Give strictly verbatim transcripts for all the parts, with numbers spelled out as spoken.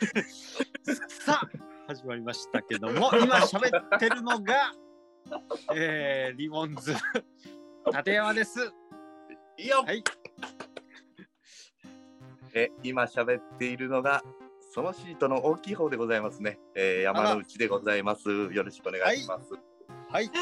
さあ始まりましたけども、今喋ってるのが、えー、リモンズ立山です。 いいよ、 はい。 え今喋っているのがそのシートの大きい方でございますね、えー、山之内でございます。よろしくお願いします。 はい、はい、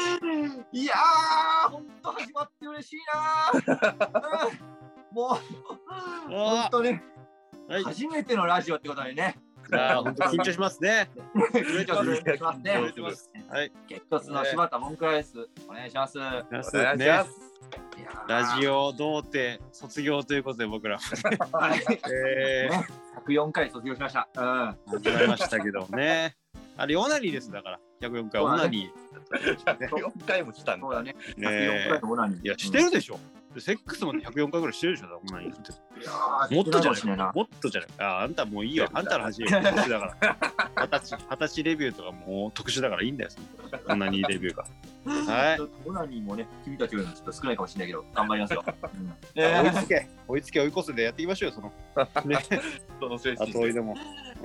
いやー本当始まって嬉しいなー、うん、もう本当ね、はい、初めてのラジオってことにね、 いや本当緊張しますね。 緊張しますね。 はい。 ゲットスの柴田モンクラです。お願いします。お願いします。 ラジオ童貞卒業ということで僕ら、 えーね、ひゃくよんかい卒業しました。うん。 始まりましたけどね。あれオナニーですだからひゃくよんかいオナニー。ひゃくよんかいもしたんだ。 そうだね。ひゃくよんかいのオナニー。 いやしてるでしょ。セックスもひゃくよんかいぐらいしてるでしょ、オナニーって。もっとじゃないか。もっとじゃないか。あ、あんたもういいよ。あんたの話特殊だから。二十歳、二十歳レビューとかもう特殊だからいいんだよ。オナニーレビューが。はい。 オナニーもね、君たちよりもちょっと少ないかもしれないけど、頑張りますよ。 追いつけ、追いつけ追い越せでやっていきましょうよ、その。ね。 その精神。 後追いでも。うん。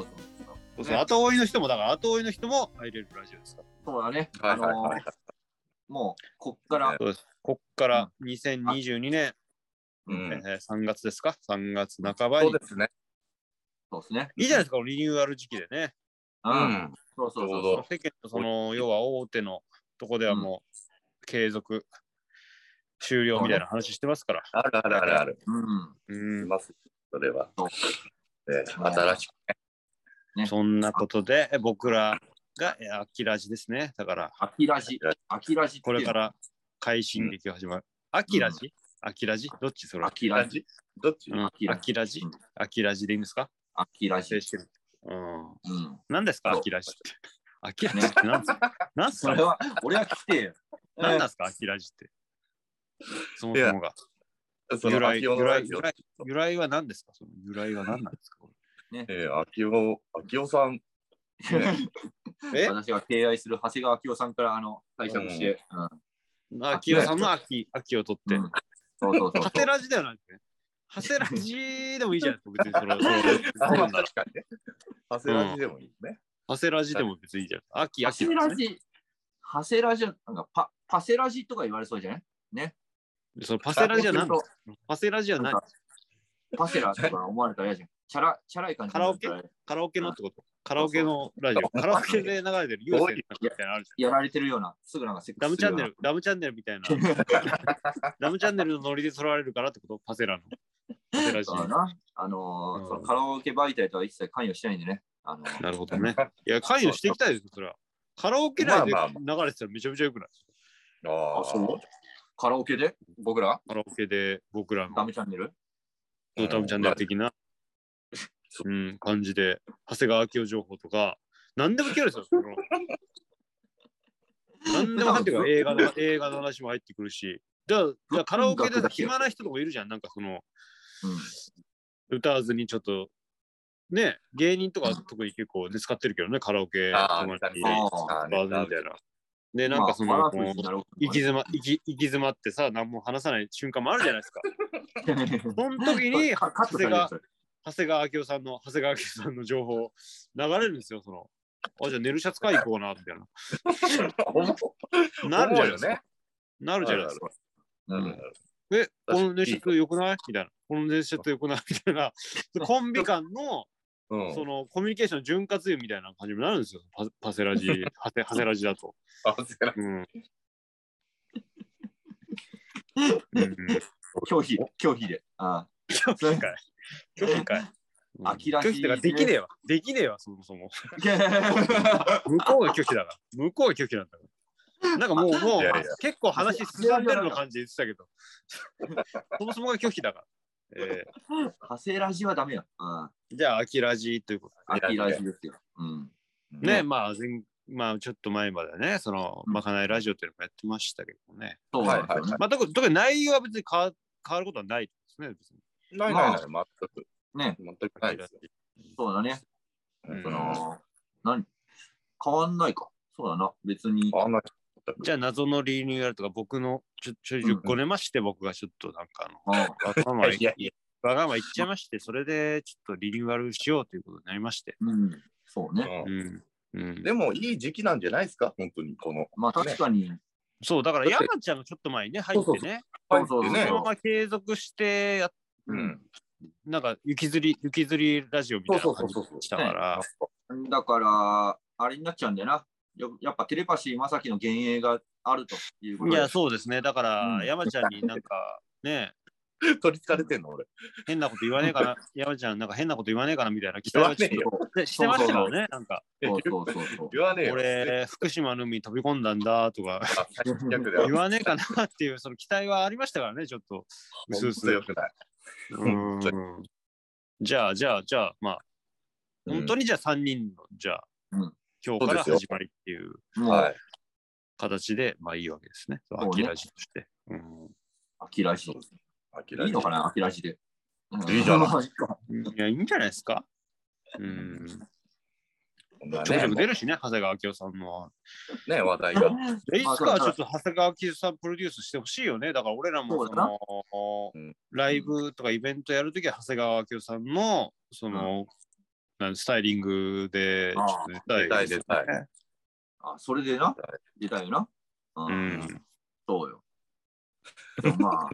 そうそう、後追いの人もだから後追いの人も入れるラジオですか。 そうだね。あのもうこっから。 そうです。こっからにせんにじゅうにねん、 うんえー、さんがつですか、さんがつなかばに。 そうですね。 そうですね。 いいじゃないですか、リニューアル時期でね。 うん。そうそうそうそう。 世間のその要は大手のとこではもう継続終了みたいな話してますから。 あるあるあるある。 うん。 うん。ます。それは。えー、新しくね。そんなことで僕らがアキラジですね。だからアキラジ、アキラジこれから快進撃が始まる。アキラジ？アキラジ？どっちそれ？ アキラジ？ どっち？ アキラジ？アキラジでいいんですか？ アキラジ。 うん。何ですかアキラジって？アキラジって何ですか？何すか？ それは俺は聞きてえよ。 何なんですかアキラジって？そもそもが。由来由来由来由来は何ですか？その由来は何なんですか？ ね。えー、秋夫秋夫さん。 え私が敬愛する長谷川明夫さんからあの解釈して、 明夫さんの秋秋を取って、 そうそうそう。 長谷ラジではないですね。長谷ラジでもいいじゃないですか。別にそれそうなら。長谷ラジでもいいね。 長谷ラジでも別にいいじゃん。秋秋。 長谷ラジ、長谷ラジなんかパパセラジとか言われそうじゃない？ね。 そのパセラジは何？パセラジは何？ パセラとか思われたら嫌じゃん。チャラチャラい感じ。 カラオケ？カラオケのってこと？カラオケのラジオ。カラオケで流れてる有線みたいなのあるじゃん。 やられてるような、すぐなんかセックスダムチャンネル、ダムチャンネルみたいな。ダムチャンネルのノリで取られるからってことパセラの。パセラジ。 あのー、そのカラオケ媒体とは一切関与しないんでね。あのー、 なるほどね。いや、関与していきたいですよ、それは。カラオケ内で流れてたらめちゃめちゃよくない？ ああ、そう。 カラオケで僕らカラオケで僕らの。 ダムチャンネルダムチャンネル的な。うん、感じで長谷川明夫情報とか何でも聞けるんですよ。その何でも入ってくる。映画の映画の話も入ってくるし、じゃあ、じゃあカラオケで暇な人とかいるじゃん。なんかその、うん、歌わずにちょっとね、芸人とか特に結構ね使ってるけどね、カラオケあに使わずみたいな。で、なんかその、まあ、行き詰ま、行き、行き詰まってさ、何も話さない瞬間もあるじゃないですか。その時に長谷川長谷川明夫さんの長谷川明夫さんの情報流れるんですよ。そのあじゃあ寝るシャツ買い行こうなみたいな。なるじゃないですか。なるじゃないですか。え、この寝シャツ良くないみたいな。この寝シャツ良くないみたいな。コンビ間のそのコミュニケーション潤滑油みたいな感じになるんですよ。パ, パセラジ、ハセハセラジだと。 パセラジ。 うん拒否、拒否で。ああ拒否かい。拒否かい。拒否とかできねえわ。できねえわ、そもそも。向こうが拒否だから。向こうが拒否なんだから。なんかもう、もう、いやいや結構話進んでるの感じで言ってたけど。そもそもが拒否だから。 えー、ハセラジはダメよ。 じゃあ、アキラジということで。アキラジですよ。うん、 ね、まあ、前まあ、ちょっと前までね、その、まかないラジオっていうのもやってましたけどね。 そうはいはい。 まあ、特に内容は別に変わ変わることはないですね、別に。 ないないない、全く。 ね。 全くないですよ。 そうだね。その、何変わんないか。そうだな、別に。 じゃあ、謎のリニューアルとか、僕のちょちょいごねまして、僕がちょっとなんかあの、頭いやいや、 わがまま言っちゃいまして、それでちょっとリニューアルしようということになりまして。 うん、そうね。 うんうん、 でもいい時期なんじゃないですか、本当にこの。 まあ確かに。 そう、だから山ちゃんがちょっと前にね、入ってね、 そうそうそう、 そのまま継続してやっ、うん、なんか雪吊り、雪吊りラジオみたいな感じしたから。 だから、あれになっちゃうんだよな。やっぱテレパシーまさきの幻影があるということで。 いや、そうですね。だから、うん、山ちゃんになんかね、 取りつかれてんの俺。 変なこと言わねえかな、山ちゃんなんか変なこと言わねえかなみたいな期待はちょっとしてましたからね、なんか。 そうそうそうそう。 言わねえよ。 俺、福島の海に飛び込んだんだとか、言わねえかなっていうその期待はありましたからね、ちょっと。うすうす。 よくない。 うんじゃあ、じゃあ、じゃあ、まあ、本当にじゃあさんにんの、じゃあ、うん、今日から始まりっていう形で、まあいいわけですね。アキラジとして。 アキラジ。いいのかな、アキラジで。 いいじゃない。 いや、いいんじゃないですか。うん。ちょくちょく出るしね、長谷川明夫さんの。 ね、話題が。 いつかはちょっと長谷川明夫さんプロデュースしてほしいよね。だから俺らもそのライブとかイベントやるときは長谷川明夫さんのそのスタイリングで出たい出たい。 あ、それでな、出たいよな。うん。そうよ。まあ、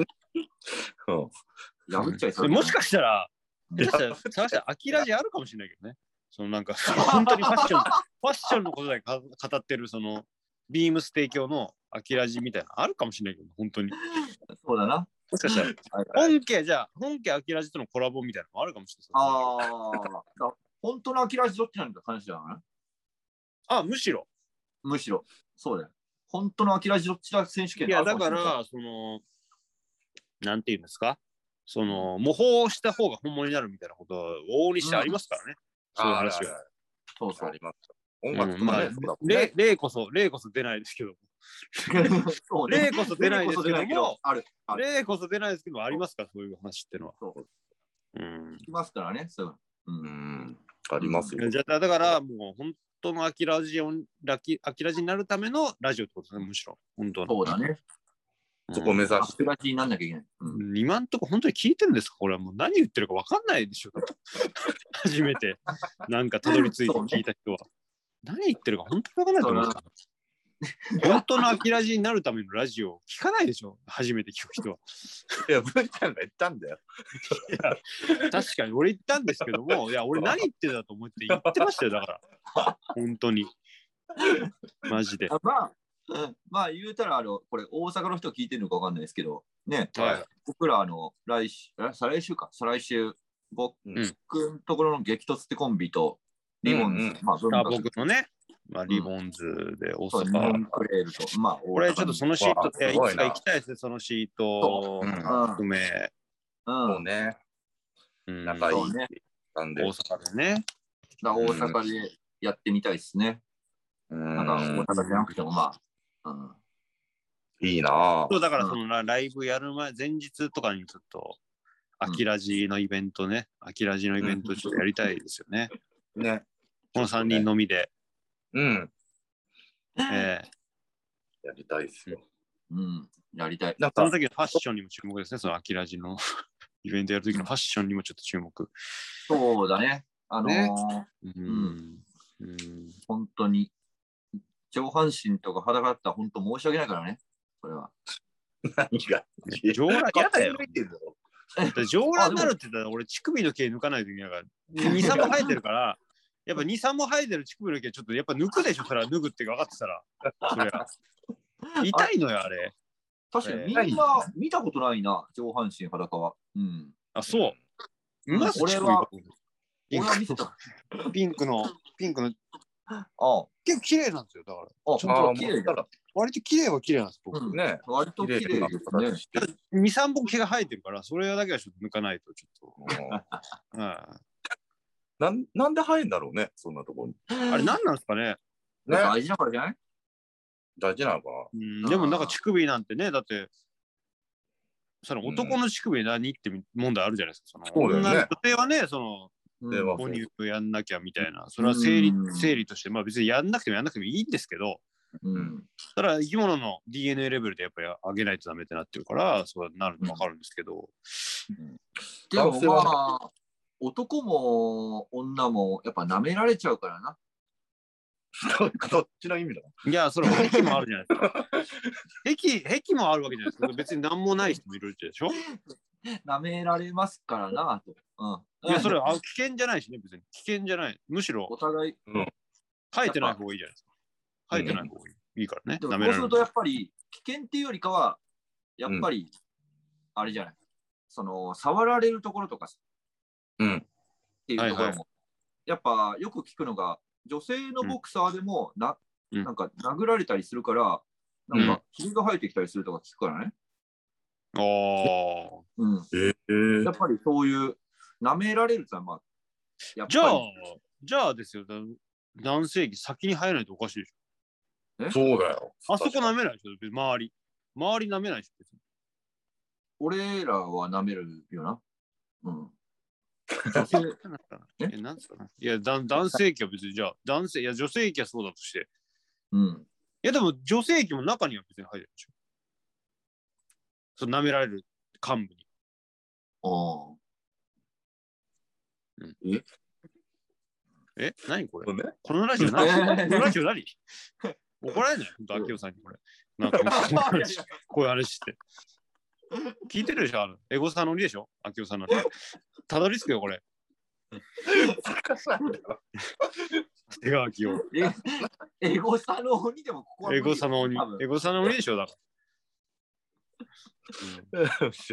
破っちゃいそう。 もしかしたら、もしかしたら、探したら、アキラジあるかもしれないけどね。そのなんか、本当にファッション、ファッションのことだけ語ってる、その、ビームス提供のアキラジみたいな、あるかもしれないけど、本当に。 そうだな。 もしかしたら、本家、じゃあ、本家アキラジとのコラボみたいなのもあるかもしれない。 ああ、本当のアキラジどっちなんだ話じゃない？ あ、むしろ。 むしろ、そうだよ。本当のアキラジどっちだ選手権。 いや、だから、その、なんていうんですか、その模倣した方が本物になるみたいなことは往々にしてありますからね、うん、そういう話は。 そうそう。あります。 音楽とかね、 例、例こそ、例こそ出ないですけど。例こそ出ないですけども、例こそ出ないですけども、ありますか、そういう話ってのは。そう。 うん。いますからね、そう。 うん。ありますよ。 じゃあ、だから、もう本当のアキラジオン、アキラジになるためのラジオってことですね、むしろ。本当の。 そうだね。 そこを目指して。 アキラジになんなきゃいけない。 うん、今んとこ本当に聞いてるんですかこれはもう何言ってるか分かんないでしょ初めてなんかたどり着いて聞いた人は。ね、何言ってるか本当に分かんないと思います。本当のアキラジになるためのラジオを聞かないでしょ初めて聞く人は。 いや、文ちゃんが言ったんだよ。 いや、確かに俺言ったんですけども、いや、俺何言ってたと思って言ってましたよ、だから。本当に。マジで。 まあうん、まあ言うたらあのこれ大阪の人聞いてるのかわかんないですけどね、はい、僕らあの来週再来週か再来週僕のところの激突ってコンビとリボンズ、うんうん、まあ文化僕のね、まあ、リボンズで大阪、うん、リボンクレールとまあこれちょっとそのシートいつか行きたいですねそのシート含め、 うん、 そうね、 うん、 仲いいなんで大阪でね、 だ大阪でやってみたいですね、うん、なんか大阪じゃなくてもまあうん、 いいなぁ。 そうだからそのライブやる前、前日とかにちょっとアキラジのイベントね、アキラジのイベントちょっとやりたいですよね。 ね。 このさんにんのみで。 うん。 えー、やりたいですよ。 うん、やりたい。 なんかその時のファッションにも注目ですね、そのアキラジのイベントやる時のファッションにもちょっと注目。 そうだね。あのーね、 うん、うん、 本当に。上半身とか裸だったら本当申し訳ないからね、それは。 何が上裸嫌だよ。上裸になるって言ったら俺乳首の毛抜かないといけないから、に、さんも生えてるから、やっぱに、さんも生えてる乳首の毛ちょっとやっぱ抜くでしょ、それは脱ぐって分かってたら。それは痛いのよ、あれ。 確かにみんな見たことないな、上半身裸は。うん。 あ、そう。うま俺は、 俺は見てた。ピンクの、ピンクの。ああ結構綺麗なんですよ、だから。 あ、ちょっと綺麗だ。 割と綺麗は綺麗なんです、僕。 うん、ね、割と綺麗ですね。 に、さんぼん毛が生えてるから、それだけはちょっと抜かないと、ちょっと。 なん、なんで生えんだろうね、そんなところに。 あれ、なんなんですかね。 ね大事なからじゃない大事なのかな。 うん、でもなんか乳首なんてね、だって、その男の乳首何って問題あるじゃないですか。そのそうだよね。 女性はね、その、母乳やんなきゃみたいな、それは生理、生理として、まあ別にやんなくてもやんなくてもいいんですけど、 うん。 ただ生き物の ディーエヌエー レベルでやっぱり上げないとダメってなってるから、そうなるの分かるんですけど。 うん、でもまあ、男も女もやっぱ舐められちゃうからな。 どっちの意味だ。 いや、それは癖もあるじゃないですか。癖、癖もあるわけじゃないですか。別に何もない人もいるでしょ。 舐められますからなと。 うん、いや、それは危険じゃないしね、別に。危険じゃない。むしろ、 お互い、 うん、生えてない方がいいじゃないですか。生えてない方がいい。いいからね。 でもそうするとやっぱり、危険っていうよりかは、やっぱり、あれじゃない。その、触られるところとか、 うん。 っていうところも、はいはい、やっぱよく聞くのが、女性のボクサーでもな、うん、なんか殴られたりするから、なんか、ひげが生えてきたりするとか聞くからね。 ああ。 うん。えー、やっぱりそういう、舐められるってのは、まあ、 やっぱり。じゃあ、じゃあですよ、男性器先に生えないとおかしいでしょ。そうだよ。 あそこ舐めないでしょ、周り。周り舐めないでしょ、別に。 俺らは舐めるよな。うん。 女性え、なんですかね。いや、男性器は別に、じゃあ、男性、いや、女性器はそうだとして。 うん。 いや、でも、女性器も中には別に入るでしょ。そう、舐められる幹部に。 ああ。 うん、 ええ何これ、 ね、 このラジオ何このラジオ何怒られない本当、秋代さんにこれ。なんか、こういう話して。聞いてるでしょあのエゴサの鬼でしょ秋代さんなんて。たどり着くよ、これ。手が秋代。 エゴサの鬼でもここはエゴサの鬼。エゴサの鬼でしょだから。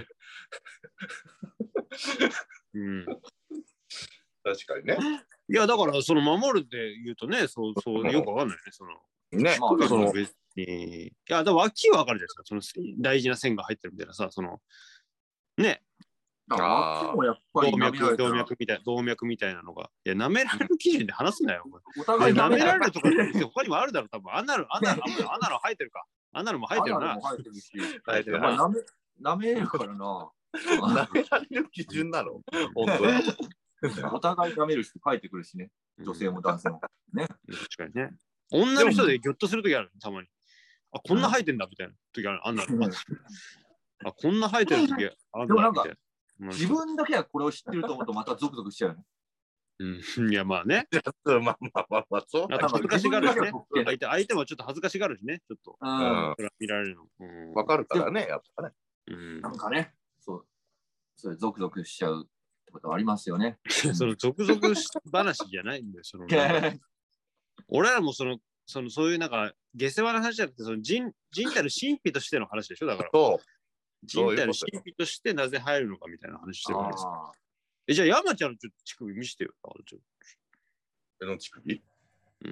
うん。うん確かにね。 いや、だから、その守るって言うとね、そう、そう、よくわかんないね。その、 ね、 まあ、その別に。いや、だから脇はわかるじゃないですか。その大事な線が入ってるみたいなさ、その、ね。 ああ、もやっぱり動脈、動脈みたいな、動脈みたいなのが。いや、舐められる基準で話すなよ、お互い。舐められるところって他にもあるだろう、多分。アナル、アナル、アナル生えてるか。アナルも生えてるな。 生えてるし。 生えてるな。舐め、舐めるからな。 舐められる基準なの本当に。 お互い舐める人書いてくるしね。女性も男性も。ね。 確かにね。女の人でギョッとするときある、たまに。あ、こんな生えてんだみたいな時ある。あんなの。あ、こんな生えてる時あんだみたいな。 自分だけはこれを知ってると思うとまたゾクゾクしちゃうね。 うん。いや、まあね。 まあまあまあまあ、そう。 恥ずかしがるしね。相手、相手もちょっと恥ずかしがるしね。ちょっと。うん。見られるの。わかるからね、やっぱね。 うん。 なんかね、そう。それゾクゾクしちゃう。ことありますよね。 その続々話じゃないんだよ。その俺らもそのそのそういうなんか下世話な話じゃなくてその人人体の神秘としての話でしょだから。 そう人体の神秘としてなぜ入るのかみたいな話してるわけですよ。えじゃあ山ちゃんのちょっと乳首見せてよ。 えの乳首？ うん。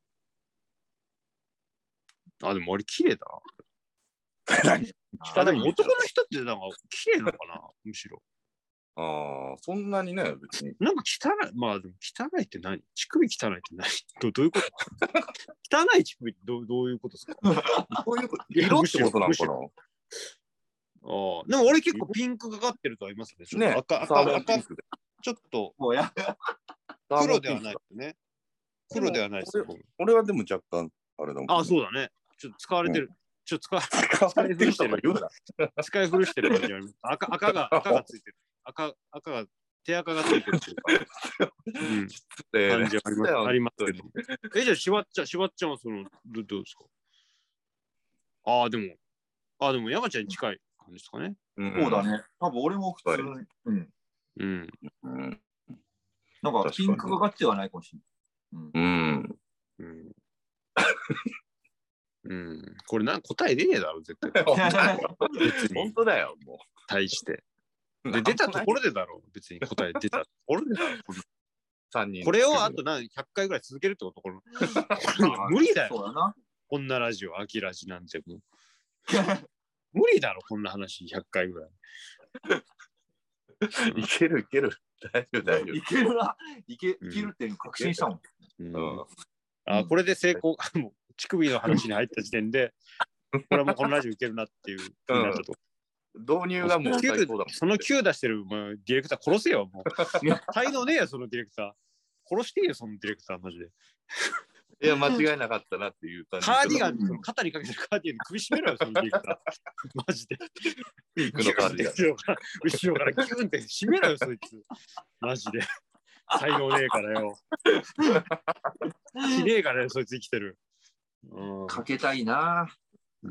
あでも俺綺麗だな。あでも男の人ってなんか綺麗なのかなむしろ。 ああ、そんなにね、別に。 なんか汚い、まあでも汚いって何？乳首汚いって何？ど, どういうこと汚い乳首ってど う, どういうことですかどういうこと色ってことなのかなああ、でも俺結構ピンクがかってるとは言いますね。 ね赤、赤、赤、ちょっともうや黒ではないですね。黒ではないですよ。 俺はでも若干、あれだもん、ね。 ああ、そうだね。ちょっと使われてる。うん、ちょっと使わ使われてる人が言うな。 使い古してる感じあります。赤、赤が、赤がついてる。赤、赤が、手赤がついてるっていうか、うん、感じあります、ありますけど。え、じゃあ、しばっちゃん、しばっちゃんはその、ど, どうですかああ、でも、ああ、でも山ちゃんに近い感じですかね。 うん、そうだね。多分俺も普通に。うん。 うん。 なんか、ピンクがかってはないかもしれない。うん。 うん。うん、これなん答え出ねえだろ、絶対。 本当だよ、もう。 対して。で、出たところでだろう、別に答え出たところでだろう。 さんにんこれをあと何ひゃっかいぐらい続けるってことこれ無理だよ。 そうだな。 こんなラジオ、秋ラジなんてもう。無理だろ、こんな話ひゃっかいぐらい。 いけるいける。大丈夫大丈夫。 いけるな。いけ、いけるって確信したもん。 うんうん、あ、これで成功。もう乳首の話に入った時点で、これはもうこのラジオいけるなっていう気になったと。 導入がもう最高だもん。 そのきゅう出してるディレクター殺せよ、もう。才能ねえよ、そのディレクター。殺していいよ、そのディレクター、マジで。 いや、間違いなかったなっていう感じ。 カーディガン、その肩にかけてるカーディガンに首絞めろよ、そのディレクター。マジで。 ピンクのカーディガン。 後ろから後ろからギュンって締めろよ、そいつ。マジで。才能ねえからよ。しねえからよ、そいつ生きてる。 うん、かけたいな、 うん。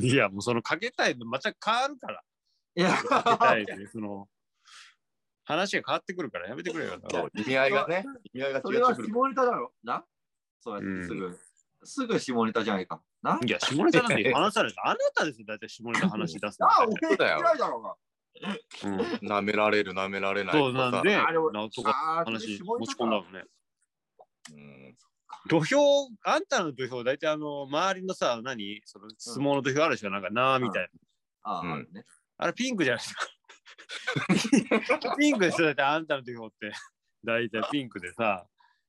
いや、もうそのかけたいのまた変わるから。 いや、 かけたいで、その話が変わってくるからやめてくれよ。 意味合いがね、意味合いが違ってくる。 それは下ネタだろな。そうやってすぐ、うん、すぐ下ネタじゃないか。な。 いや、下ネタなんて話されて、あなたですよ、だいたい下ネタ話出すの。 ああ、俺嫌いだろうが。 な、うん、められる、なめられない。 そうなんで、なんとか話持ち込んだもんね。うん、土俵、あんたの土俵、だいたいあの、周りのさ、何その相撲の土俵あるでしょ、なんかなーみたいな。 ああ、あるね。 あれピンクじゃないですか。ピンクですよ、だいたいあんたの土俵って。だいたいピンクでさ。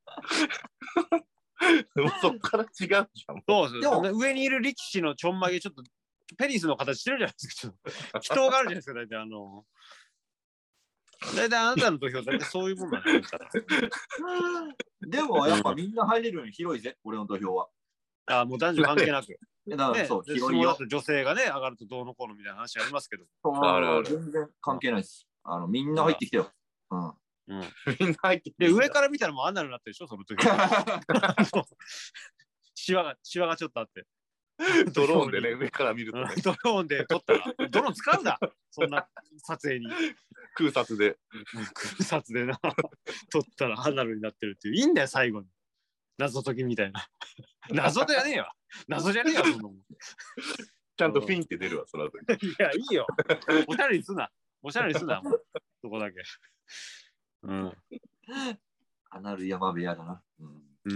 でもそっから違うじゃん。 そうです。上にいる力士のちょんまげ、ちょっとペニスの形してるじゃないですか。祈祷があるじゃないですか、だいたいあの。だいたいあなたの土俵、だいたいそういうもんなんですから。 でもやっぱみんな入れるように広いぜ、俺の土俵は。 ああ、もう男女関係なく。 だからそう、広いよ。 女性がね、上がるとどうのこうのみたいな話ありますけど。 ある全然関係ないです。あのみんな入ってきてよ。うん。 うん、みんな入ってきて。 で、上から見たらもうアナルになってるでしょ、その時。シワが、シワがちょっとあって。 ドローンでね、上から見ると、ね。 ドローンで撮ったら。ドローン使うんだ、そんな撮影に。 空撮で。 空撮でな、撮ったらアナルになってるっていう。いいんだよ、最後に。謎解きみたいな。謎じゃねえわ。謎じゃねえわ、そんなもん。 ちゃんとフィンって出るわ、その後に。 いや、いいよ。おしゃれにすな。おしゃれにすな、もう。そこだけ。うん。 アナル山部屋だな。うん。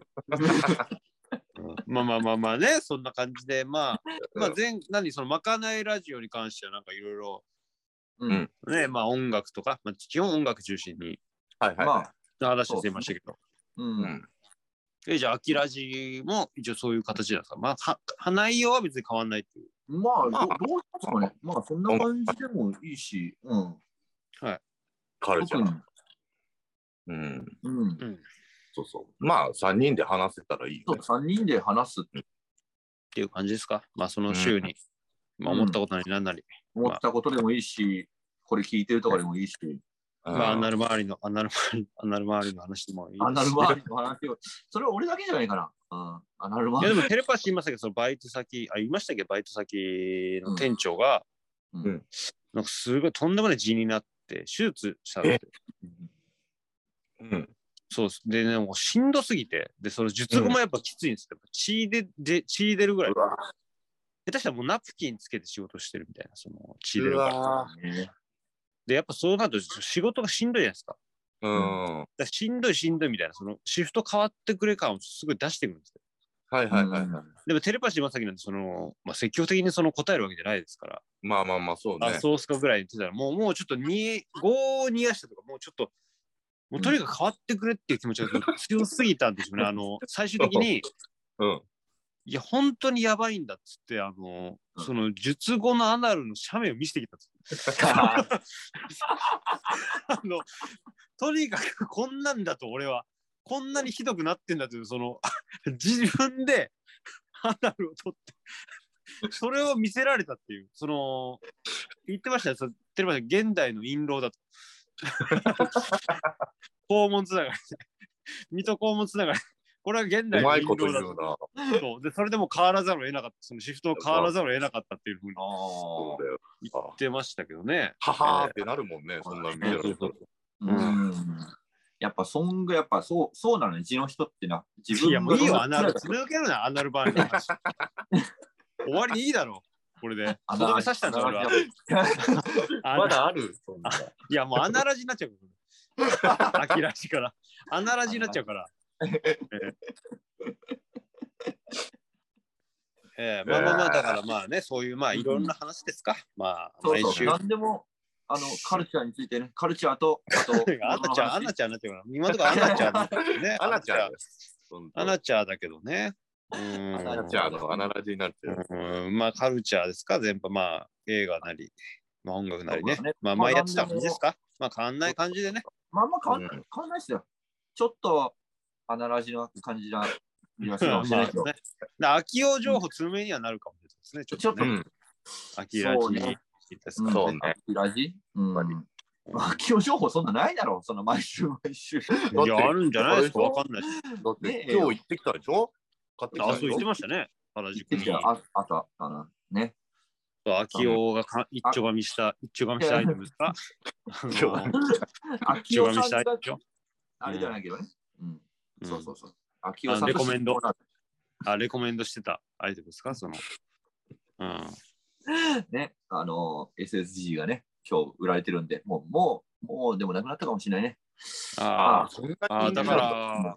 まあまあまあまあね、そんな感じで、まあ、まあ前、何、そのまかないラジオに関してはなんかいろいろ、 うん、 ね、まあ音楽とか、まあ、基本音楽中心に、 はいはい、はい、 話してましたけど。 うん。うん、 え、じゃあ、秋ラジも一応そういう形なんですか。まあ、は内容は別に変わんないっていう。 まあ、まあ、ど, どうですかね。まあ、そんな感じでもいいし、うん。 はい。 カルチャー。 うん。 うん。うん。 そうそう。まあ、さんにんで話せたらいいよ、ね。 さんにんで話すっていう感じですか。まあ、その週に、うん、まあ、思ったことなりなんなり、 うん。思ったことでもいいし、これ聞いてるとかでもいいし。 まあ、アナル周りの、アナル周り、アナル周りの話でもいいし。 アナル周りの話を。それは俺だけじゃないかな。うん。アナル周り。 いや、でもテレパシー言いましたけど、そのバイト先、あ、言いましたっけど、バイト先の店長が、 うんうん、 なんかすごいとんでもない痔になって、手術したんですよ。 うん。 そうです。で、ね、もうしんどすぎて、で、その術後もやっぱきついんですよ。うん、血で、で、血出るぐらい。下手したらもうナプキンつけて仕事してるみたいな、その血出るから。で、やっぱそうなると仕事がしんどいじゃないですか。 うん。 だしんどいしんどいみたいな、そのシフト変わってくれ感をすごい出してくるんですよ。 はいはいはい、はい。 でもテレパシー真っ先なんで、その、まあ、積極的にその答えるわけじゃないですから。 まあまあまあ、そうね。 あ、そうっすかぐらい言ってたら、もう、もうちょっとに、ごを煮やしたとか、もうちょっと、もうとにかく変わってくれっていう気持ちが強すぎたんですよね。あの、最終的に、 うん、 いや、本当にやばいんだっつって、あの、うん、その術後のアナルの写メを見せてきたんですよ。あの、とにかくこんなんだと俺は、こんなにひどくなってんだという、その、自分でアナルを取って、それを見せられたっていう、その、言ってましたよ、テレビで現代の印籠だと。肛門つながり水戸肛門つながりこれは現代の印籠だと。そうでそれでも変わらざるを得なかった、そのシフトを変わらざるを得なかったっていうふうに言ってましたけどね。 ははーってなるもんね、そんな見てられたら。 うんやっぱそんぐやっぱそうそうなのね、地の人ってな。自分いやもういいよ、アナルつ抜けるな、アナルバーンの話。終わりでいいだろう、これで。とどめさせたんだ俺は。 まだあるいやもうアナラジになっちゃうから。アキラジから。アナラジになっちゃうから。えー、まあまあまあだからまあね、そういうまあいろんな話ですか。まあ毎週。何でもあのカルチャーについてね、カルチャーとあとアナちゃん、アナちゃんになってるから。今のところアナちゃんね。 アナちゃん。 アナちゃんだけどね。 アナちゃんのアナラジになってる。 うん、まあカルチャーですか、全部まあ映画なり、まあ音楽なりね。まあ前やってた感じですか。まあ変わんない感じでね。 まあまあ変わんないですよ。ちょっとアナラジの感じな気がするかもしれないけど。 まあ、秋用情報通名にはなるかもしれないですね。ちょっとね。秋ラジですか。 そうね。秋ラジうん。秋用情報そんなないだろう、その毎週毎週。いや、あるんじゃないですか、わかんないし。 だって今日行ってきたでしょ？買ってきた。 あ、そう言ってましたね。原宿に。 あ、あったかな。ね。 秋用がか一丁紙した、一丁紙したアイテムですか？ 秋用紙したアイテム。あれじゃないけどね。うん。そうそうそう。秋用さんレコメンド。あ、レコメンドしてたアイテムですか？その。うん。 ね、あの、エスエスジー がね、今日売られてるんで、もう、もう、もうでもなくなったかもしれないね。 ああ、だから、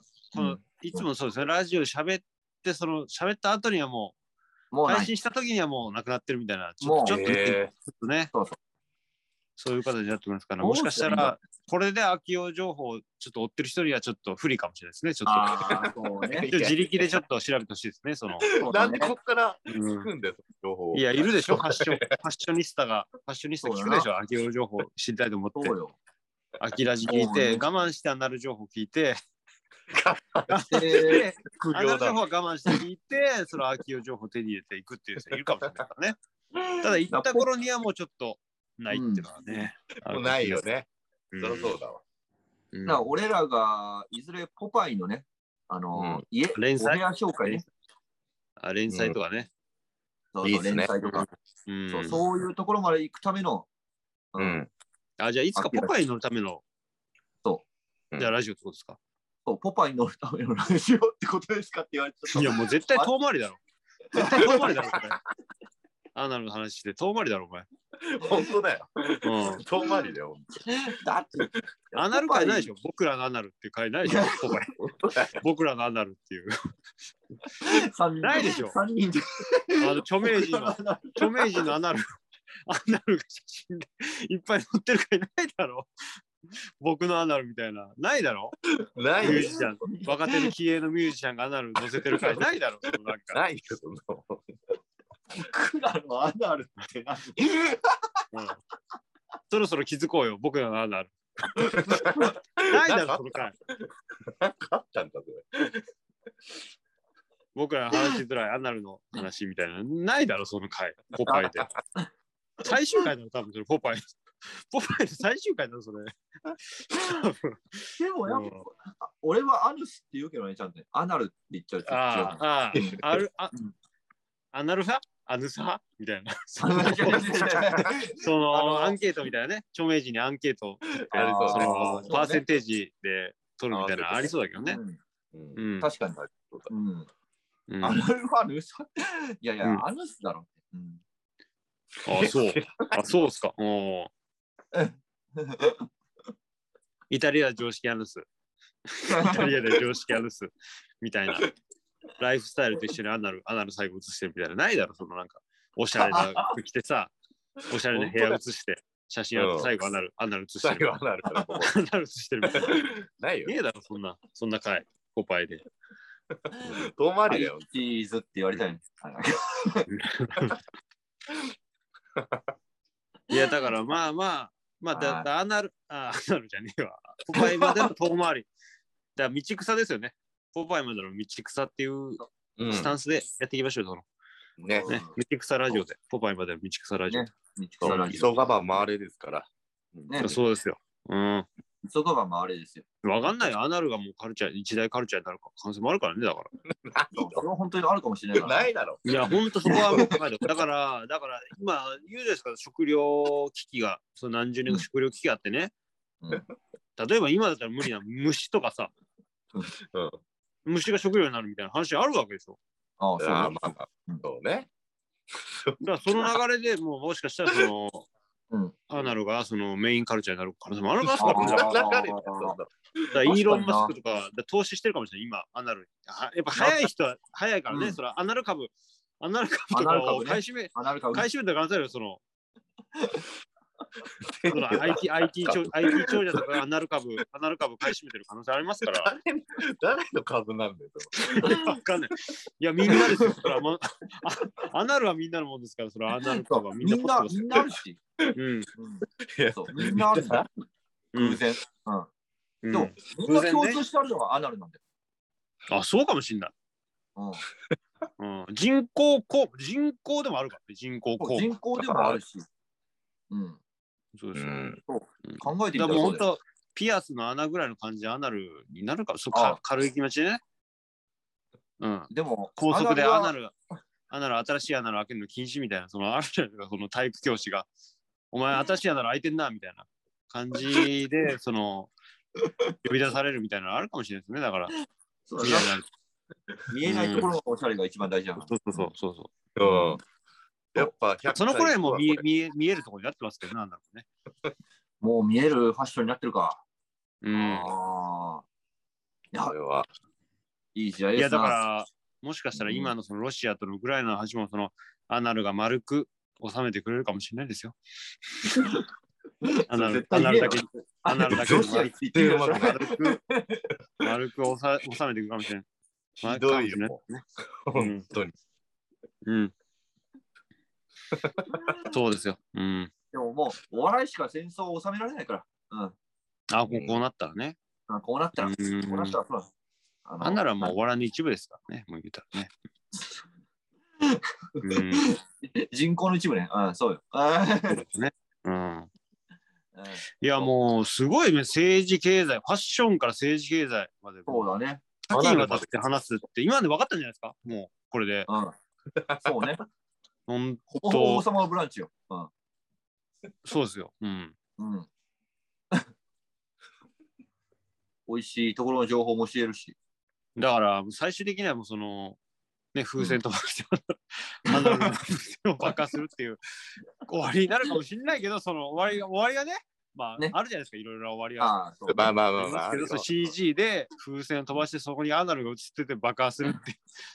このいつもそうですね、ラジオ喋って、その喋った後にはもう、もう配信した時にはもうなくなってるみたいな、ちょっとね、そうそうそういう形になってますから、もしかしたら、これで秋用情報をちょっと追ってる人にはちょっと不利かもしれないですね、ちょっと。そうね、自力でちょっと調べてほしいですね、その。 なんでこっから聞くんです、情報。 いや、いるでしょ、ファッション、ファッショニスタが、ファッショニスタ聞くでしょ、秋用情報知りたいと思って。秋ラジ聞いて、我慢してアナル情報聞いて、アナル情報は我慢して聞いて、その秋用情報手に入れていくっていう人いるかもしれないからね。ただ行った頃にはもうちょっとないっていうのはね。 もうないよね。そりゃそうだわ。 だから俺らがいずれポパイのね、あの、家、 連載紹介ね。 あ、連載とかね。 そうそう、連載とか。そういうところまで行くための。 うん。 あ、じゃあいつかポパイ乗るための。 そう。 じゃあラジオってことですか？ そう、ポパイ乗るためのラジオってことですかって言われてた。 いや、もう絶対遠回りだろ。絶対遠回りだろ、これ。アナルの話して遠回りだろ、お前。 本当だよ。 うん。 遠回りだよ。 だって、 アナル会ないでしょ。僕らのアナルっていう会ないでしょ。ポパイ。僕らのアナルっていう。ないでしょ。 さんにんで。 あの、著名人の、著名人のアナル。アナルが写真でいっぱい載ってるかいないだろう。僕のアナルみたいな。ないだろう。 ないミュージシャン。若手の気鋭のミュージシャンがアナル載せてるかいないだろう。なんかないけどな。 僕らのアナルって何、 うん、そろそろ気づこうよ。僕らのアナル。ないだろ、その回。 なんかあったんだ、それ。 僕ら話しづらいアナルの話みたいな。ないだろ、その回。ポパイで。最終回だろ、多分それ、ポパイ。ポパイの最終回だろ、それ。 でもやっぱ、うん、俺はアヌスって言うけどね、ちゃんと、ね。アナルって言っちゃう。 ああ、ある、あ、アナル派アヌス派みたいな。そのアンケートみたいなね。著名人にアンケート、そのパーセンテージで取るみたいなありそうだけどね。 確かに。アナル派アヌスいやいや、アヌスだろ。 あ、そう。あ、そうっすか。イタリア常識アヌス。イタリアで常識アヌスみたいな。ライフスタイルと一緒にアナル、アナル最後映してるみたいな。ないだろ、そのなんか、おしゃれな服着てさ、おしゃれな部屋映して、写真あって最後アナル、アナル映してる。 最後アナルからここ。 アナル映してるみたいな。 ないよ。 ねえだろ、そんな、そんな回、ポパイで。 遠回りだよ。 チーズって言われたいんです。 いや、だからまあまあ、まあ、だだアナル、あ、アナルじゃねえわ。ポパイまでの遠回り。だから道草ですよね。ポパイまでの道草っていうスタンスでやっていきましょう、その。 ね。 ね。道草ラジオで。ポパイまでの道草ラジオ。 道草ラジオ。急がば回れですから。 ね、そうですよ。うん。 急がば回れですよ。 わかんないよ。アナルがもうカルチャー、一大カルチャーになる可能性もあるからね、だから。 それは本当にあるかもしれないから。 ないだろ。 いや、本当そこはもう考えてだから、だから、今、言うじゃないですか、食料危機が、その何十年の食料危機があってね。うん、例えば今だったら無理な虫とかさ。うん、虫が食料になるみたいな話あるわけでしょ。 ああ、そうまあまあ、そうね。 だからその流れでもうもしかしたらその、うん、アナルがそのメインカルチャーになる可能性もありますからね。だイーロン・マスクとか投資してるかもしれない、今、アナル。やっぱ早い人は早いからね、うん、それアナル株、アナル株とかを買い占め、ね、買い占めた可能性あるよ、その。その アイティー、アイティー 長、アイティー 長者とかアナル株、アナル株買い占めてる可能性ありますから。 誰, 誰の株なんだよ。 わかんない。いや、みんなですよ。それはまあ、アナルはみんなのもんですから、それはアナル株はみんな持ってますよ。 みんなあるし。 うん。 みんなあるんだ。偶然。うん。でも、みんな共通してあるのはアナルなんだよ。 あ、そうかもしんない。 うんうん、人工こ人工でもあるからね、人工こう。 人工でもあるし。うん。 そうですよ。 そう考えてみたらもう本当、ピアスの穴ぐらいの感じでアナルになるか、そうか軽い気持ちでね。うん。 でも、 高速でアナル、アナル、新しいアナル開けるの禁止みたいな、そのあるじゃないですか、その体育教師が。お前、新しいアナル開いてんな、みたいな感じで、その、呼び出されるみたいなのあるかもしれないですね、だから。 そうだな。見えないところのおしゃれが一番大事だから。 そうそうそうそう。 うん。やっぱその頃も見え見え見えるところになってますけど、なんだろうね。 もう見えるファッションになってるか。 うん。 ああ。いや、いい時代ですな。いや、だから、もしかしたら今のそのロシアとのウクライナの話も、そのアナルが丸く収めてくれるかもしれないですよ。アナルアナルだけ、アナルだけ丸く、丸く収めていくかもしれない。 ひどいよ。本当に。 うん。そうですよ。うん。 でももう、お笑いしか戦争を収められないから。うん。 あ、こうこうなったらね。 こうなったら、こうなったら、そうだ。 アナルはもうお笑いの一部ですからね、もう言ったらね。 うん、人口の一部ね。ああ、そうよ。 そうですね。うん。いや、もう、すごいね、政治経済、ファッションから政治経済まで。 そうだね。 多岐にわたって話すって、今まで分かったんじゃないですか、もう、これで。 うん、そうね。 本当。 ほぼ王様のブランチよ。うん、 そうですよ。うん。 うん美味しいところの情報も教えるし。 だから、最終的にはもうその、ね、風船飛ばして、うん、アナルの風船を爆破するっていう終わりになるかもしれないけど、その終わりが、終わりがね、まあ、ね、あるじゃないですか、いろいろ終わりが。 あね、まあまあまあまあ。 けど、シージー で風船を飛ばして、そこにアナルが映ってて爆破するっていう、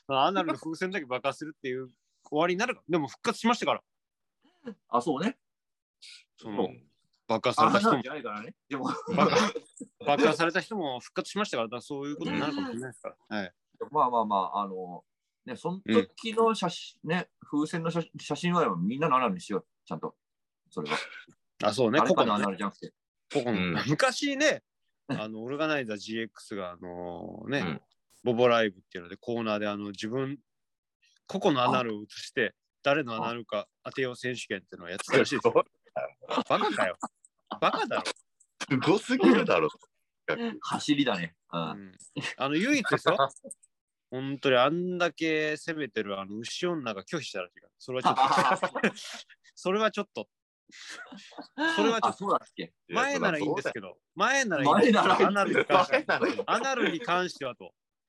アナルの風船だけ爆破するっていう終わりになるか。でも復活しましたから。 あ、そうね。 その爆破された人も。 ね、でも爆破された人も復活しましたから、だからそういうことになるかもしれないですから。はい、 まあまあまあ、あの、ね、その時の写真、うん、ね、風船の写写真はみんなのアナルにしよう、ちゃんと。それは。 あ、そうね、 ここのアナルじゃなくて。 ここの、うん、昔ね、あの、オルガナイザー ジーエックス が、あのー、ね、うん、ボボライブっていうので、コーナーで、あの、自分、個々のアナルを映して、誰のアナルか当てよう選手権っていうのをやってたらしいですよ。バカかよ。バカだろ。 すごすぎるだろ。 走りだね。 うん、あの唯一ですよ。本当にあんだけ攻めてるあの牛女が拒否したらしいから。それはちょっと。それはちょっと。それはちょっと。前ならいいんですけど。前ならいいんですけど。アナルに関しては。アナルに関してはと。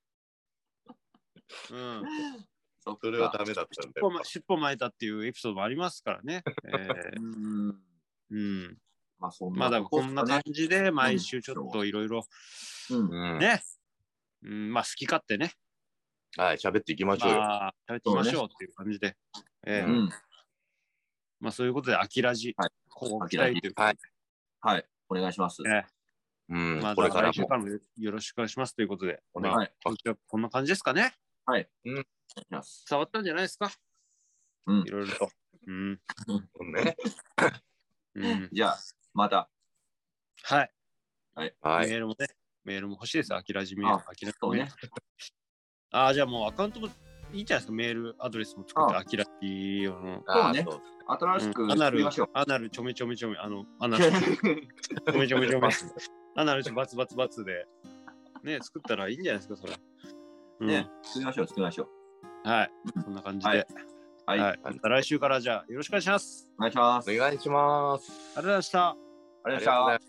うん。 それはダメだったんだよ。 尻尾巻いたっていうエピソードもありますからね。えー、うん。うんまあ、そんな、 まだこんな感じで毎週ちょっといろいろね、うん、まあ好き勝手ね。 はい、喋っていきましょうよ。 まあ、喋っていきましょうっていう感じで。えーうん、まあそういうことで、アキラジ、 はい、 こう期待というか、 はい、はい、お願いします。 えー、 うん、 まあ、これからもよろしくお願いしますということで、 お願い。 こんな感じですかね。 はい。 うん。伝わったんじゃないですか。 うん。 いろいろと。うん。 ね。 うん、じゃあ、また。 はい。 はい。 メールもね、メールも欲しいです。アキラジメール。アキラジメール。 ああ、じゃあもうアカウントもいいんじゃないですか。メールアドレスも作って、アキラジ用の。 そうね。新しく作りましょう。アナルちょめちょめちょめ、あの、アナルちょめちょめちょめ。アナルバツバツバツで、ね、作ったらいいんじゃないですか、それ。 ね、作りましょう、作りましょう。はい。そんな感じで。はい。また来週からじゃあよろしくお願いします。 お願いします。 お願いします。 ありがとうございました。 ありがとうございました。